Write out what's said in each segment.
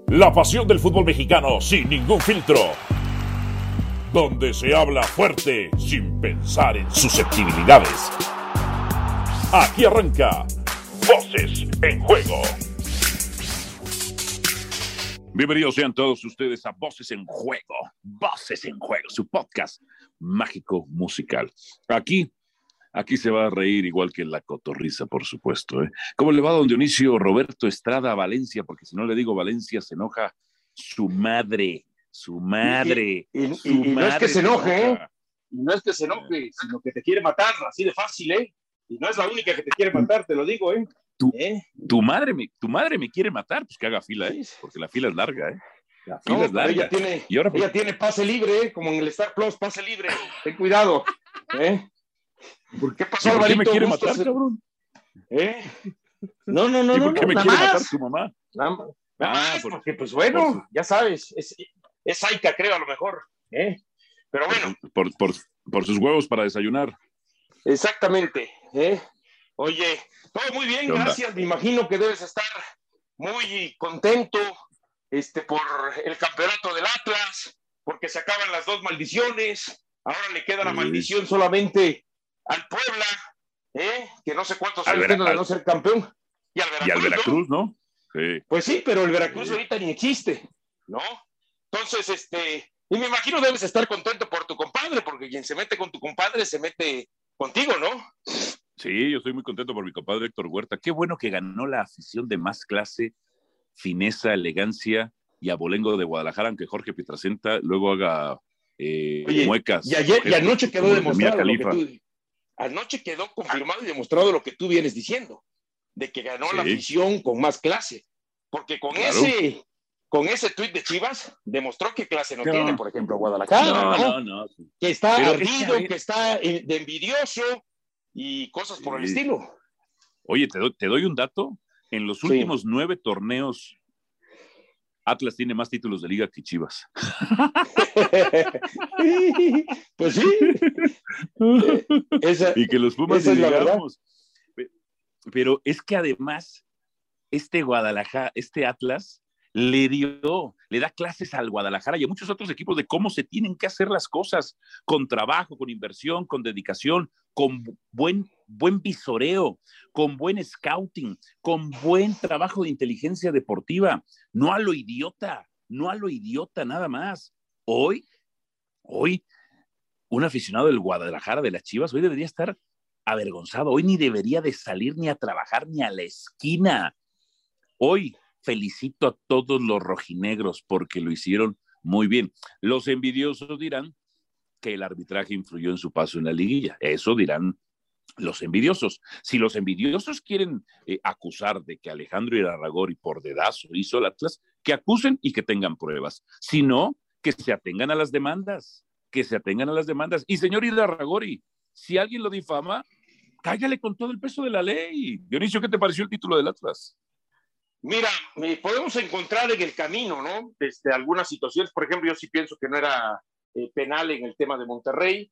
La pasión del fútbol mexicano sin ningún filtro. Donde se habla fuerte sin pensar en susceptibilidades. Aquí arranca Voces en Juego. Bienvenidos sean todos ustedes a Voces en Juego. Voces en Juego, su podcast mágico musical. Aquí se va a reír igual que la cotorriza, por supuesto. ¿Cómo le va don Dionisio Roberto Estrada Valencia? Porque si no le digo Valencia, se enoja su madre. Y no es que se enoje, ¿eh? Y no es que se enoje, sino que te quiere matar, así de fácil, ¿eh? Y no es la única que te quiere matar, te lo digo, ¿eh? Tu madre me quiere matar, pues que haga fila, ¿eh? Porque la fila es larga, ¿eh? La fila es larga. Ella tiene pase libre, ¿eh? Como en el Star Plus, pase libre. Ten cuidado, ¿eh? ¿Qué pasó, Alvarito? ¿Por qué me quiere matar, cabrón? No. ¿Y por qué me quiere matar tu mamá? Nada más, porque pues bueno, ya sabes, es Aika, creo, a lo mejor, ¿eh? Pero bueno. Por sus huevos para desayunar. Exactamente, ¿eh? Oye, todo muy bien, gracias. Me imagino que debes estar muy contento por el campeonato del Atlas, porque se acaban las dos maldiciones. Ahora le queda la maldición solamente al Puebla, que no sé cuántos años tiene de no ser campeón. Y al Veracruz, ¿no? Sí. Pues sí, pero el Veracruz ahorita ni existe, ¿no? Entonces, y me imagino debes estar contento por tu compadre, porque quien se mete con tu compadre se mete contigo, ¿no? Sí, yo estoy muy contento por mi compadre Héctor Huerta. Qué bueno que ganó la afición de más clase, fineza, elegancia y abolengo de Guadalajara, aunque Jorge Pietrasanta luego haga muecas. Y anoche quedó demostrado anoche quedó confirmado y demostrado lo que tú vienes diciendo, de que ganó la afición con más clase, porque con ese tuit de Chivas demostró que clase no tiene, por ejemplo, Guadalajara. No. Que está ardido, que está de envidioso y cosas por el estilo. Oye, te doy un dato. En los últimos 9 torneos, Atlas tiene más títulos de liga que Chivas. Pues sí. Y que los Pumas esa es la verdad. Pero es que además, Guadalajara, Atlas, le da clases al Guadalajara y a muchos otros equipos de cómo se tienen que hacer las cosas, con trabajo, con inversión, con dedicación, con buen visoreo, con buen scouting, con buen trabajo de inteligencia deportiva, no a lo idiota nada más. Hoy, un aficionado del Guadalajara, de las Chivas, hoy debería estar avergonzado, hoy ni debería de salir ni a trabajar ni a la esquina. Hoy felicito a todos los rojinegros porque lo hicieron muy bien. Los envidiosos dirán que el arbitraje influyó en su paso en la liguilla. Eso dirán los envidiosos. Si los envidiosos quieren acusar de que Alejandro Irarrágorri por dedazo hizo el Atlas, que acusen y que tengan pruebas. Si no, que se atengan a las demandas. Y señor Irarrágorri, si alguien lo difama, cállale con todo el peso de la ley. Dionisio, ¿qué te pareció el título del Atlas? Mira, podemos encontrar en el camino, ¿no? Algunas situaciones, por ejemplo, yo sí pienso que no era penal en el tema de Monterrey.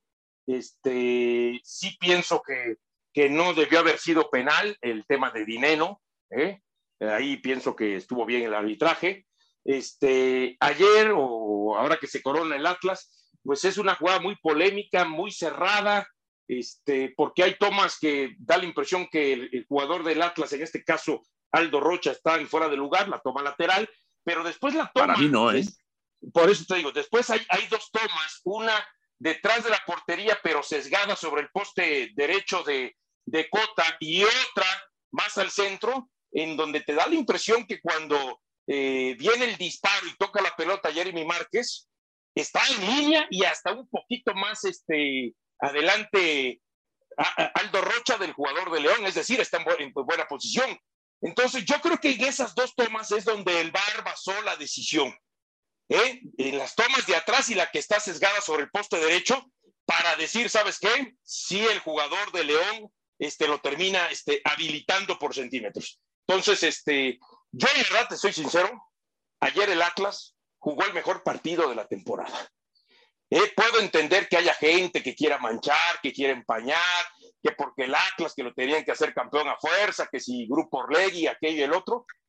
Sí pienso que no debió haber sido penal el tema de Dineno, ahí pienso que estuvo bien el arbitraje. Ayer o ahora que se corona el Atlas, pues es una jugada muy polémica, muy cerrada, porque hay tomas que da la impresión que el jugador del Atlas, en este caso Aldo Rocha, está en fuera de lugar, la toma lateral, pero después la toma. Para mí no, Por eso te digo, después hay 2 tomas, una detrás de la portería, pero sesgada sobre el poste derecho de Cota, y otra más al centro, en donde te da la impresión que cuando viene el disparo y toca la pelota Jeremy Márquez, está en línea y hasta un poquito más adelante Aldo Rocha del jugador de León, es decir, está en buena posición. Entonces yo creo que en esas 2 tomas es donde el VAR basó la decisión, en las tomas de atrás y la que está sesgada sobre el poste derecho, para decir, ¿sabes qué? Si el jugador de León lo termina habilitando por centímetros. Entonces, yo en verdad te soy sincero, ayer el Atlas jugó el mejor partido de la temporada. Puedo entender que haya gente que quiera manchar, que quiera empañar, que porque el Atlas, que lo tenían que hacer campeón a fuerza, que si Grupo Orlegui, aquello y el otro,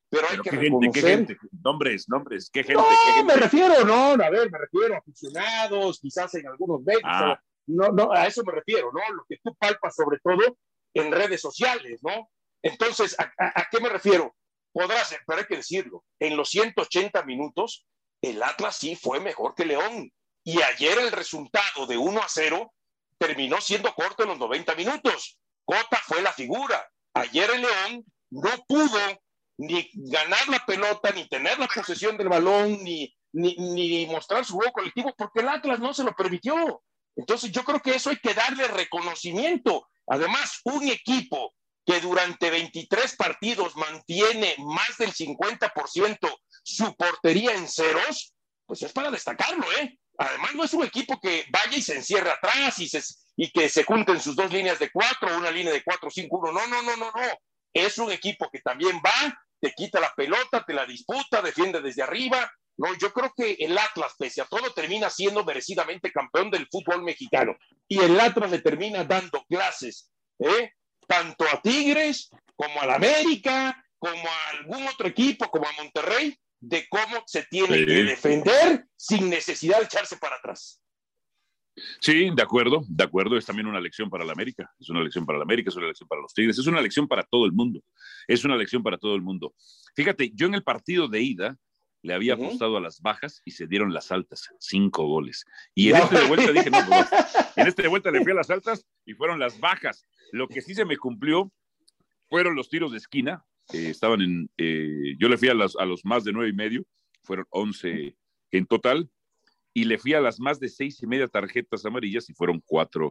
pero hay Pero que qué reconocer... gente, nombres, qué gente, No, qué gente. me refiero a aficionados, quizás en algunos medios, Ah, no, a eso me refiero, ¿no? Lo que tú palpas sobre todo en redes sociales, ¿no? Entonces, ¿a qué me refiero? Podrá ser, pero hay que decirlo, en los 180 minutos, el Atlas sí fue mejor que León, y ayer el resultado de 1-0 terminó siendo corto en los 90 minutos. Cota fue la figura. Ayer el León no pudo ni ganar la pelota, ni tener la posesión del balón, ni mostrar su juego colectivo, porque el Atlas no se lo permitió. Entonces yo creo que eso hay que darle reconocimiento. Además, un equipo que durante 23 partidos mantiene más del 50% su portería en ceros, pues es para destacarlo, ¿eh? Además, no es un equipo que vaya y se encierre atrás y que se junten sus dos líneas de 4, una línea de 4-5-1. No. Es un equipo que también va, te quita la pelota, te la disputa, defiende desde arriba. No, yo creo que el Atlas, pese a todo, termina siendo merecidamente campeón del fútbol mexicano. Y el Atlas le termina dando clases, tanto a Tigres, como al América, como a algún otro equipo, como a Monterrey, de cómo se tiene que defender sin necesidad de echarse para atrás. sí, de acuerdo, es también una lección para la América, es una lección para la América, es una lección para los Tigres, es una lección para todo el mundo, es una lección para todo el mundo. Fíjate, yo en el partido de ida le había apostado a las bajas y se dieron las altas, 5 goles. Y en este de vuelta dije, no, pues, en este de vuelta le fui a las altas y fueron las bajas. Lo que sí se me cumplió fueron los tiros de esquina, estaban yo le fui a los más de 9.5, fueron 11 en total, y le fui a las más de 6.5 tarjetas amarillas y fueron 4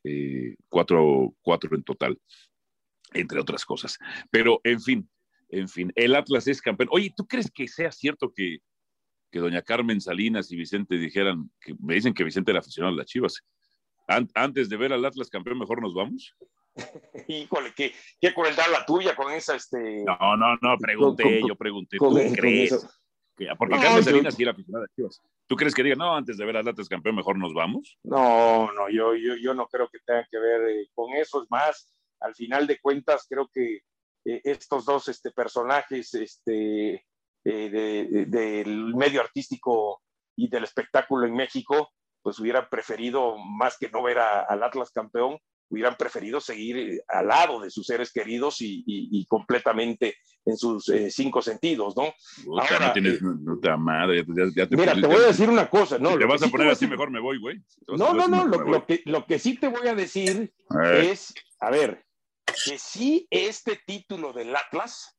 en total, entre otras cosas. Pero, en fin, el Atlas es campeón. Oye, ¿tú crees que sea cierto que doña Carmen Salinas y Vicente dijeran, que me dicen que Vicente era aficionado a las Chivas, antes de ver al Atlas campeón, mejor nos vamos? Híjole, qué crueldad la tuya con esa, No, pregunté, ¿tú crees? Porque Carmen Salinas sí era aficionada a las Chivas. ¿Tú crees que diga, no, antes de ver al Atlas campeón, mejor nos vamos? No, yo no creo que tenga que ver con eso. Es más, al final de cuentas, creo que estos dos personajes del medio artístico y del espectáculo en México, pues hubieran preferido, más que no ver al Atlas campeón, hubieran preferido seguir al lado de sus seres queridos y completamente en sus 5 sentidos, ¿no? Puta, ahora, no tienes puta madre. Ya mira, te voy a decir una cosa, ¿no? Si te vas a poner así, mejor me voy, güey. No, lo que sí te voy a decir es, a ver, que sí este título del Atlas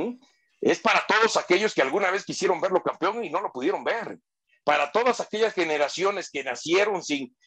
es para todos aquellos que alguna vez quisieron verlo campeón y no lo pudieron ver. Para todas aquellas generaciones que nacieron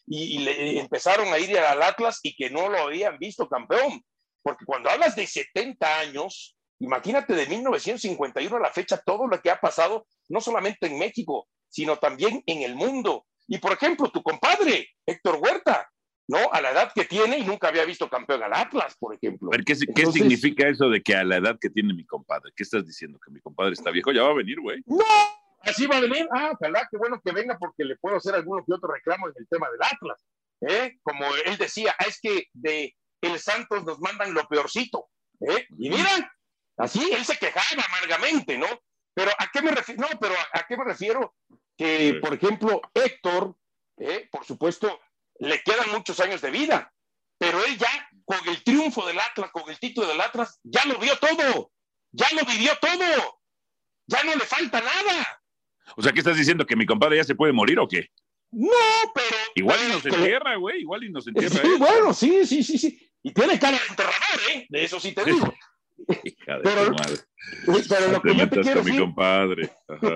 y empezaron a ir al Atlas y que no lo habían visto campeón. Porque cuando hablas de 70 años, imagínate de 1951 a la fecha todo lo que ha pasado, no solamente en México, sino también en el mundo. Y por ejemplo, tu compadre, Héctor Huerta, ¿no? A la edad que tiene y nunca había visto campeón al Atlas, por ejemplo. ¿Qué significa eso de que a la edad que tiene mi compadre? ¿Qué estás diciendo? ¿Que mi compadre está viejo? Ya va a venir, güey. ¡No! Así va a venir. Ojalá, qué bueno que venga porque le puedo hacer alguno que otro reclamo en el tema del Atlas. Como él decía, es que de el Santos nos mandan lo peorcito. Y mira, así él se quejaba amargamente, ¿no? Pero ¿a qué me refiero? No, pero ¿a qué me refiero? Que, por ejemplo, Héctor, por supuesto, le quedan muchos años de vida, pero él ya, con el triunfo del Atlas, con el título del Atlas, ya lo vio todo, ya lo vivió todo, ya no le falta nada. O sea, ¿qué estás diciendo? ¿Que mi compadre ya se puede morir o qué? No, pero... Igual y nos entierra, güey, igual y nos entierra. Sí, bueno, sí. Y tiene cara de enterrador, de eso sí te digo. Hija de tu madre. Pero lo que yo te quiero decir... compadre.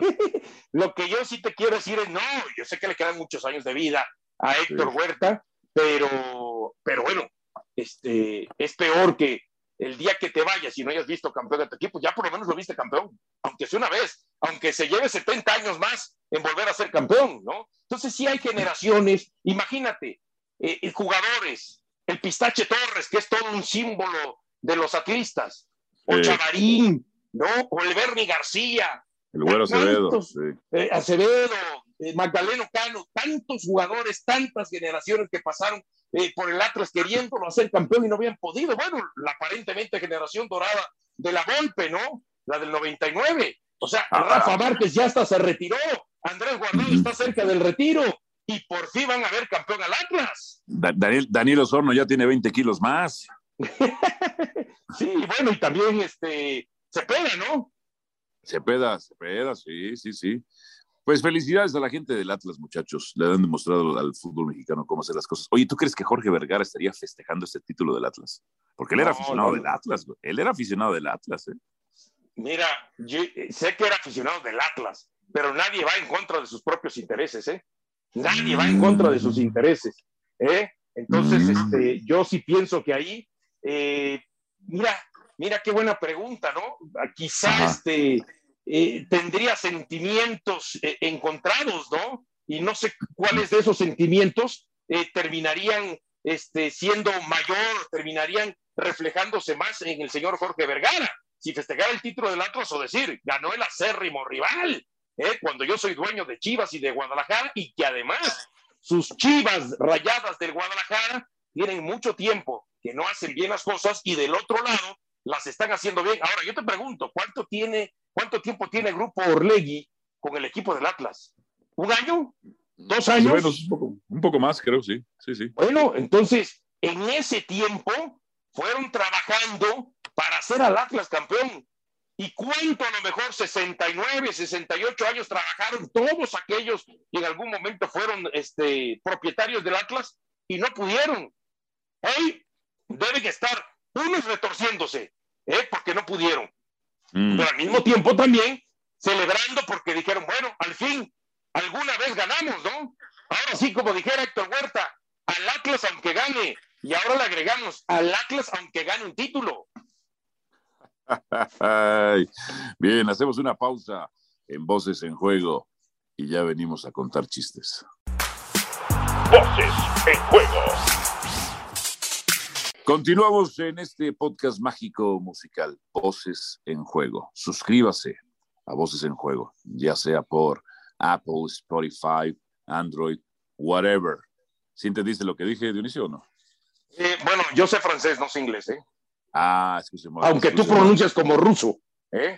Lo que yo sí te quiero decir es, no, yo sé que le quedan muchos años de vida a Héctor Huerta, pero bueno, es peor que el día que te vayas y no hayas visto campeón de tu equipo, ya por lo menos lo viste campeón, aunque sea una vez, aunque se lleve 70 años más en volver a ser campeón, ¿no? Entonces sí hay generaciones, imagínate, jugadores, el Pistache Torres, que es todo un símbolo de los atlistas, o Chavarín, ¿no? O el Bernie García, el Güero Acevedo, Acevedo, Magdaleno Cano, tantos jugadores, tantas generaciones que pasaron por el Atlas queriéndolo hacer campeón y no habían podido. Bueno, la aparentemente generación dorada de la Volpe, ¿no? la del 99. O sea, Rafa Márquez ya hasta se retiró, Andrés Guardado está cerca del retiro y por fin van a ver campeón al Atlas. Daniel Osorno ya tiene 20 kilos más. Sí, bueno, y también Cepeda, ¿no? Cepeda, sí. Pues felicidades a la gente del Atlas, muchachos. Le han demostrado al fútbol mexicano cómo hacer las cosas. Oye, ¿tú crees que Jorge Vergara estaría festejando este título del Atlas? Porque él era aficionado del Atlas, güey. Él era aficionado del Atlas, ¿eh? Mira, yo sé que era aficionado del Atlas, pero nadie va en contra de sus propios intereses, ¿eh? Nadie va en contra de sus intereses, ¿eh? Entonces, yo sí pienso que ahí, mira qué buena pregunta, ¿no? Quizá tendría sentimientos encontrados, ¿no? Y no sé cuáles de esos sentimientos terminarían siendo mayor, terminarían reflejándose más en el señor Jorge Vergara. Si festejar el título del Atlas o decir, ganó el acérrimo rival, cuando yo soy dueño de Chivas y de Guadalajara, y que además sus Chivas Rayadas del Guadalajara tienen mucho tiempo que no hacen bien las cosas y del otro lado las están haciendo bien. Ahora, yo te pregunto, ¿cuánto tiempo tiene el Grupo Orlegui con el equipo del Atlas? ¿Un año? ¿2 años? Bueno, un poco más, creo, sí. Bueno, entonces, en ese tiempo fueron trabajando para hacer al Atlas campeón. ¿Y cuánto a lo mejor 69, 68 años trabajaron todos aquellos que en algún momento fueron propietarios del Atlas y no pudieron? Hoy deben estar unos retorciéndose, porque no pudieron. Pero al mismo tiempo también celebrando porque dijeron, bueno, al fin, alguna vez ganamos, ¿no? Ahora sí, como dijera Héctor Huerta, al Atlas aunque gane, y ahora le agregamos, al Atlas aunque gane un título. Bien, hacemos una pausa en Voces en Juego y ya venimos a contar chistes. Voces en Juego. Continuamos en este podcast mágico musical, Voces en Juego. Suscríbase a Voces en Juego, ya sea por Apple, Spotify, Android, whatever. ¿Sí entendiste lo que dije, Dionisio, o no? Bueno, yo sé francés, no sé inglés, ¿eh? Excusez-moi. Aunque tú pronuncias como ruso, ¿eh?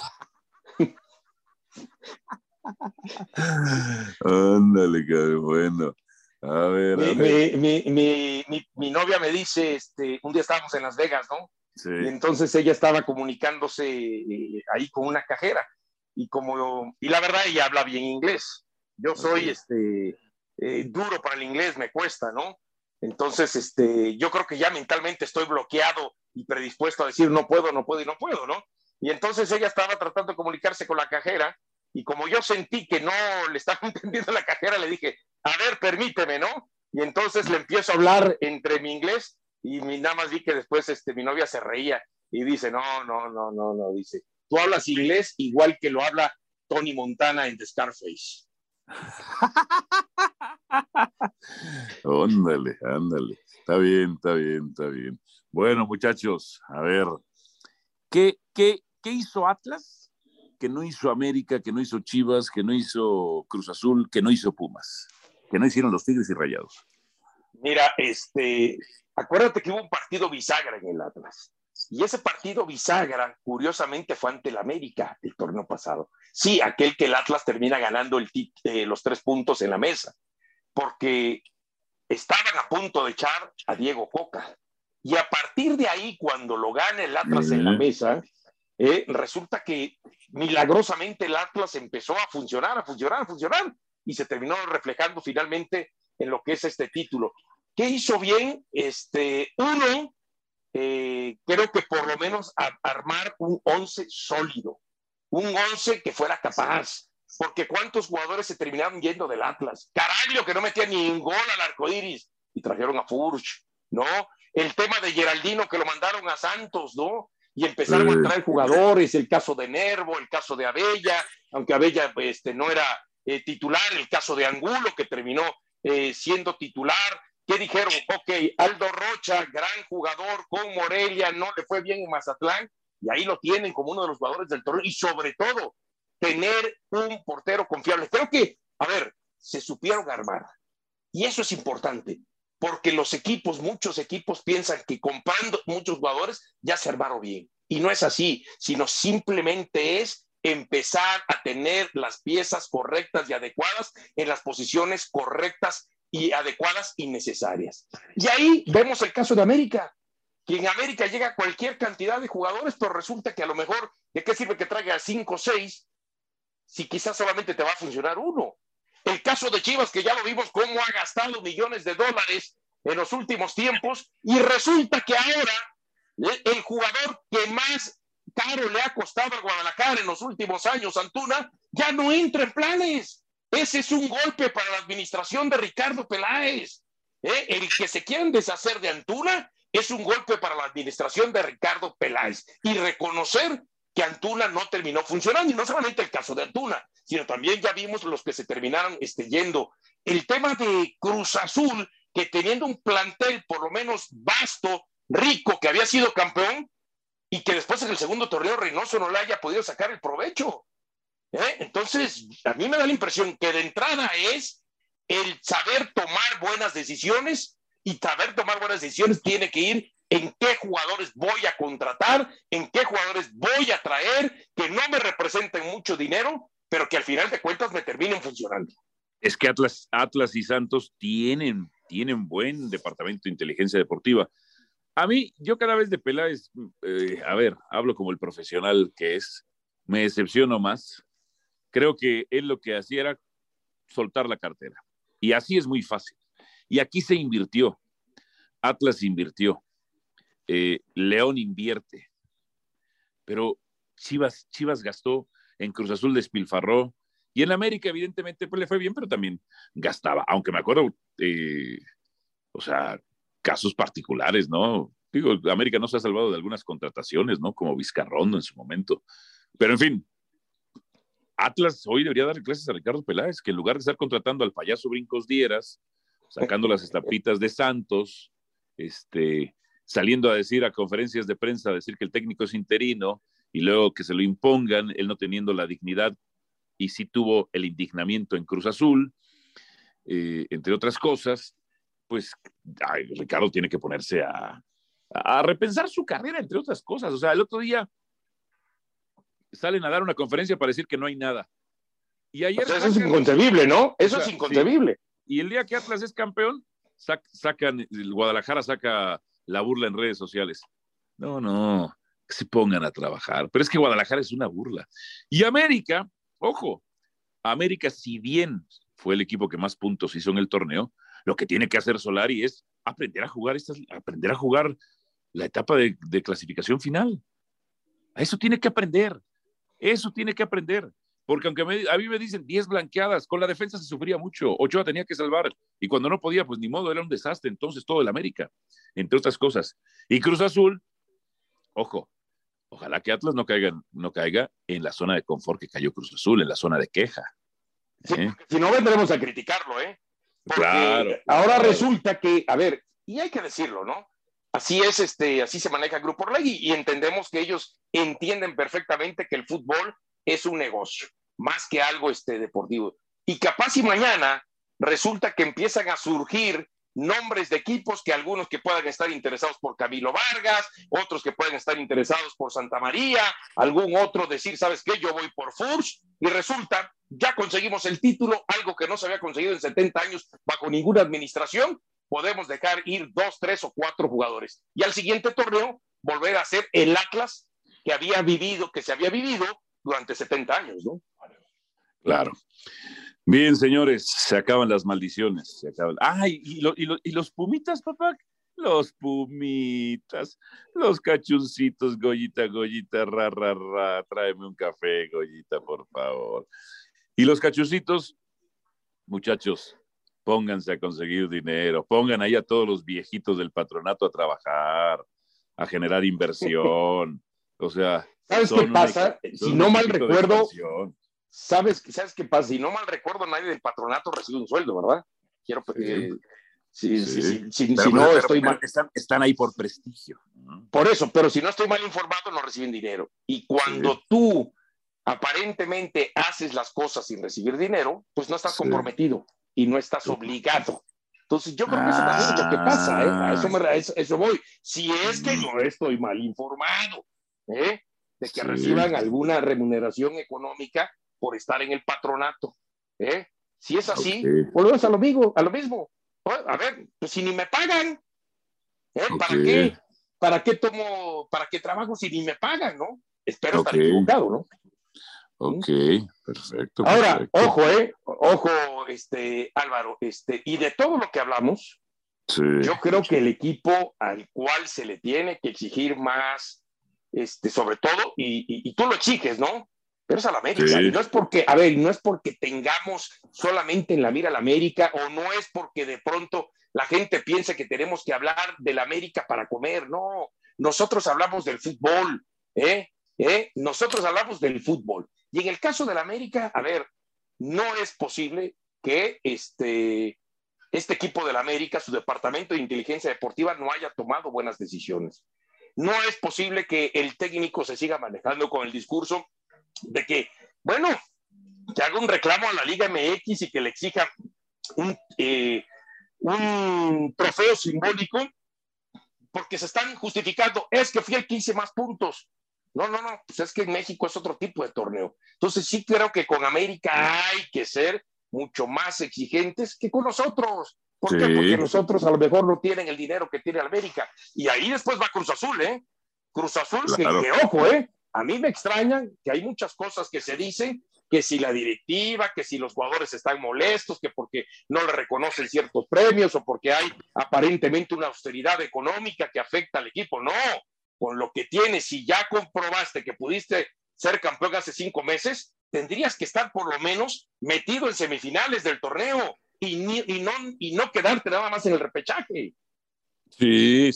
Ándale, cabrón, bueno. A ver. Mi novia me dice, un día estábamos en Las Vegas, ¿no? Sí. Y entonces ella estaba comunicándose ahí con una cajera. Y la verdad, ella habla bien inglés. Yo soy duro para el inglés, me cuesta, ¿no? Entonces, yo creo que ya mentalmente estoy bloqueado y predispuesto a decir no puedo, ¿no? Y entonces ella estaba tratando de comunicarse con la cajera y como yo sentí que no le estaba entendiendo la cajera, le dije, a ver, permíteme, ¿no? Y entonces le empiezo a hablar entre mi inglés y nada más vi que después mi novia se reía y dice, no, dice, tú hablas inglés igual que lo habla Tony Montana en The Scarface. Ándale. Está bien. Bueno, muchachos, a ver, ¿qué hizo Atlas? Que no hizo América, que no hizo Chivas, que no hizo Cruz Azul, que no hizo Pumas, que no hicieron los Tigres y Rayados. Mira, acuérdate que hubo un partido bisagra en el Atlas. Y ese partido bisagra, curiosamente, fue ante el América el torneo pasado. Sí, aquel que el Atlas termina ganando los 3 puntos en la mesa, porque estaban a punto de echar a Diego Coca. Y a partir de ahí, cuando lo gana el Atlas en la mesa, resulta que milagrosamente el Atlas empezó a funcionar, y se terminó reflejando finalmente en lo que es este título. ¿Qué hizo bien? Uno, creo que por lo menos armar un 11 sólido, un 11 que fuera capaz, porque ¿cuántos jugadores se terminaron yendo del Atlas? Caraglio, que no metía ni un gol al arcoíris, y trajeron a Furch, ¿no? El tema de Geraldino, que lo mandaron a Santos, ¿no? Y empezaron a traer jugadores, el caso de Nervo, el caso de Abella, aunque Abella no era titular, el caso de Angulo, que terminó siendo titular. ¿Qué dijeron? Ok, Aldo Rocha, gran jugador con Morelia, no le fue bien en Mazatlán, y ahí lo tienen como uno de los jugadores del torneo, y sobre todo, tener un portero confiable. Creo que, se supieron armar, y eso es importante, porque muchos equipos piensan que comprando muchos jugadores ya se armaron bien. Y no es así, sino simplemente es empezar a tener las piezas correctas y adecuadas en las posiciones correctas y adecuadas y necesarias. Y ahí vemos el caso de América, que en América llega cualquier cantidad de jugadores, pero resulta que a lo mejor, ¿de qué sirve que traiga 5 o 6 si quizás solamente te va a funcionar uno? El caso de Chivas, que ya lo vimos cómo ha gastado millones de dólares en los últimos tiempos, y resulta que ahora el jugador que más caro le ha costado a Guadalajara en los últimos años, Antuna, ya no entra en planes. Ese es un golpe para la administración de Ricardo Peláez. El que se quieran deshacer de Antuna es un golpe para la administración de Ricardo Peláez. Y reconocer que Antuna no terminó funcionando, y no solamente el caso de Antuna, sino también ya vimos los que se terminaron yendo. El tema de Cruz Azul, que teniendo un plantel por lo menos vasto, rico, que había sido campeón, y que después en el segundo torneo Reynoso no le haya podido sacar el provecho. Entonces, a mí me da la impresión que de entrada es el saber tomar buenas decisiones, y saber tomar buenas decisiones tiene que ir en qué jugadores voy a contratar, en qué jugadores voy a traer, que no me representen mucho dinero, pero que al final de cuentas me terminen funcionando. Es que Atlas y Santos tienen buen departamento de inteligencia deportiva. A mí, yo cada vez de Peláez, hablo como el profesional que es, me decepciono más. Creo que él lo que hacía era soltar la cartera. Y así es muy fácil. Y aquí se invirtió. Atlas invirtió. León invierte. Pero Chivas gastó, en Cruz Azul despilfarró. Y en América, evidentemente, pues le fue bien, pero también gastaba. Aunque me acuerdo, casos particulares, ¿no? Digo, América no se ha salvado de algunas contrataciones, ¿no? Como Vizcarrondo en su momento. Pero en fin, Atlas hoy debería darle clases a Ricardo Peláez, que en lugar de estar contratando al payaso Brincos Dieras, sacando las estampitas de Santos, saliendo a decir a conferencias de prensa, a decir que el técnico es interino, y luego que se lo impongan, él no teniendo la dignidad, y sí tuvo el indignamiento en Cruz Azul, entre otras cosas, pues Ricardo tiene que ponerse a repensar su carrera, entre otras cosas. O sea, el otro día salen a dar una conferencia para decir que no hay nada. Y ayer eso es inconcebible, ¿no? Eso es inconcebible. Sí. Y el día que Atlas es campeón, el Guadalajara saca la burla en redes sociales. No, que se pongan a trabajar. Pero es que Guadalajara es una burla. Y América, ojo, América, si bien fue el equipo que más puntos hizo en el torneo, lo que tiene que hacer Solari es aprender a jugar la etapa de clasificación final. A eso tiene que aprender. Porque aunque a mí me dicen 10 blanqueadas, con la defensa se sufría mucho. Ochoa tenía que salvar, y cuando no podía, pues ni modo, era un desastre. Entonces todo el América, entre otras cosas. Y Cruz Azul, ojo, ojalá que Atlas no caiga en la zona de confort que cayó Cruz Azul, en la zona de queja. Sí, si no vendremos a criticarlo, porque claro. Ahora resulta que, a ver, y hay que decirlo, ¿no? Así es, así se maneja el Grupo Orlegui, y entendemos que ellos entienden perfectamente que el fútbol es un negocio, más que algo deportivo. Y capaz y mañana resulta que empiezan a surgir nombres de equipos, que algunos que puedan estar interesados por Camilo Vargas, otros que pueden estar interesados por Santa María, algún otro decir, ¿sabes qué? Yo voy por Furs, y resulta, ya conseguimos el título, algo que no se había conseguido en 70 años bajo ninguna administración. Podemos dejar ir 2, 3 o 4 jugadores. Y al siguiente torneo, volver a ser el Atlas que se había vivido durante 70 años, ¿no? Claro. Bien, señores, se acaban las maldiciones. ¿Y los pumitas, papá? Los pumitas, los cachuncitos, Goyita, tráeme un café, Goyita, por favor. Y los cachucitos, muchachos, pónganse a conseguir dinero, pongan ahí a todos los viejitos del patronato a trabajar, a generar inversión. O sea, ¿sabes qué pasa? Si no mal recuerdo, ¿sabes qué pasa? Si no mal recuerdo, nadie del patronato recibe un sueldo, ¿verdad? Si no estoy mal. Están ahí por prestigio. Por eso, pero si no estoy mal informado, no reciben dinero. Y cuando tú aparentemente haces las cosas sin recibir dinero, pues no estás comprometido y no estás obligado. Entonces yo creo que eso también es lo que pasa, a eso voy. Si es que no estoy mal informado. de que reciban alguna remuneración económica por estar en el patronato. Si es así, volvemos a lo mismo. A ver, pues si ni me pagan, ¿para qué trabajo si ni me pagan, no? Espero estar equivocado, ¿no? Ok, perfecto. Ahora, ojo, Álvaro, y de todo lo que hablamos, yo creo que el equipo al cual se le tiene que exigir más, sobre todo, y tú lo exiges, ¿no? Pero es a la América, y no es porque tengamos solamente en la mira a la América, o no es porque de pronto la gente piense que tenemos que hablar de la América para comer, no. Nosotros hablamos del fútbol, nosotros hablamos del fútbol. Y en el caso de la América, a ver, no es posible que este equipo de la América, su departamento de inteligencia deportiva, no haya tomado buenas decisiones. No es posible que el técnico se siga manejando con el discurso de que, bueno, que haga un reclamo a la Liga MX y que le exija un trofeo simbólico porque se están justificando. Es que fui el que hice más puntos. No, pues es que en México es otro tipo de torneo. Entonces sí creo que con América hay que ser mucho más exigentes que con nosotros. ¿Por qué? Porque nosotros a lo mejor no tienen el dinero que tiene América. Y ahí después va Cruz Azul, Cruz Azul, claro. que ojo, a mí me extrañan que hay muchas cosas que se dicen, que si la directiva, que si los jugadores están molestos, que porque no le reconocen ciertos premios o porque hay aparentemente una austeridad económica que afecta al equipo. No, con lo que tienes, si ya comprobaste que pudiste ser campeón hace 5 meses, tendrías que estar por lo menos metido en semifinales del torneo y no quedarte nada más en el repechaje. Sí.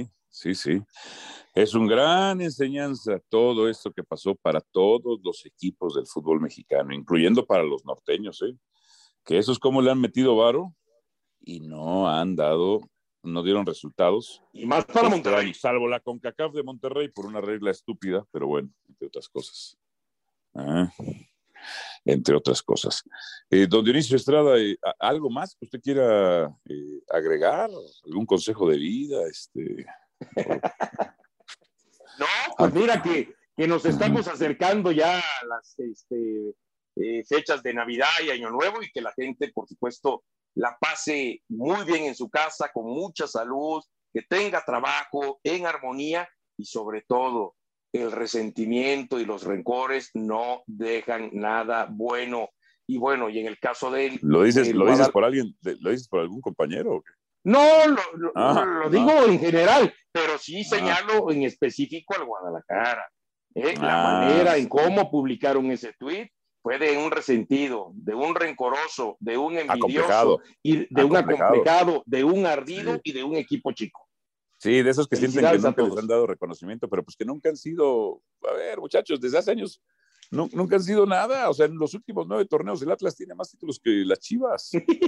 Es una gran enseñanza todo esto que pasó para todos los equipos del fútbol mexicano, incluyendo para los norteños, que esos como le han metido varo y no dieron resultados. Y más para Monterrey. Salvo la CONCACAF de Monterrey por una regla estúpida, pero bueno, entre otras cosas. Don Dionisio Estrada, ¿algo más que usted quiera agregar? ¿Algún consejo de vida? No, pues mira que nos estamos acercando ya a las fechas de Navidad y Año Nuevo y que la gente, por supuesto, la pase muy bien en su casa, con mucha salud, que tenga trabajo en armonía y sobre todo el resentimiento y los rencores no dejan nada bueno. Y bueno, y en el caso de él... ¿Lo dices por alguien? ¿Lo dices por algún compañero o qué? No, lo digo en general, pero sí señalo en específico al Guadalajara. La manera en cómo publicaron ese tuit fue de un resentido, de un rencoroso, de un envidioso, y de un acomplejado, de un ardido y de un equipo chico. Sí, de esos que sienten que nunca les han dado reconocimiento, pero pues que nunca han sido, a ver, muchachos, desde hace años nunca han sido nada. O sea, en los últimos 9 torneos el Atlas tiene más títulos que las Chivas.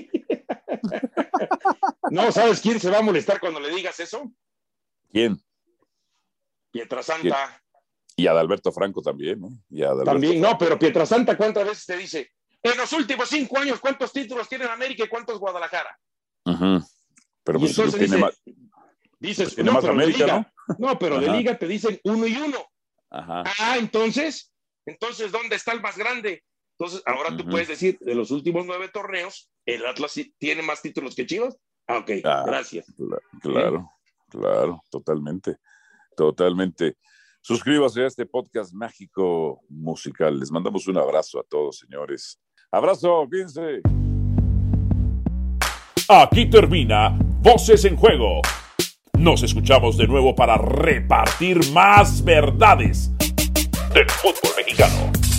No, ¿sabes quién se va a molestar cuando le digas eso? ¿Quién? Pietrasanta. Y Adalberto Franco también, ¿no? También, no, pero Pietrasanta, ¿cuántas veces te dice? En los últimos 5 años, ¿cuántos títulos tiene América y cuántos Guadalajara? Pero pues entonces tiene más, dices, pues tiene más América, de Liga, ¿no? Pero de Liga te dicen 1 y 1. Entonces, ¿dónde está el más grande? Entonces, ahora tú puedes decir, de los últimos 9 torneos, ¿el Atlas tiene más títulos que Chivas? Ok, gracias. Claro, totalmente. Suscríbase a este podcast mágico musical. Les mandamos un abrazo a todos, señores. Abrazo, cuídense. Aquí termina Voces en Juego. Nos escuchamos de nuevo para repartir más verdades del fútbol mexicano.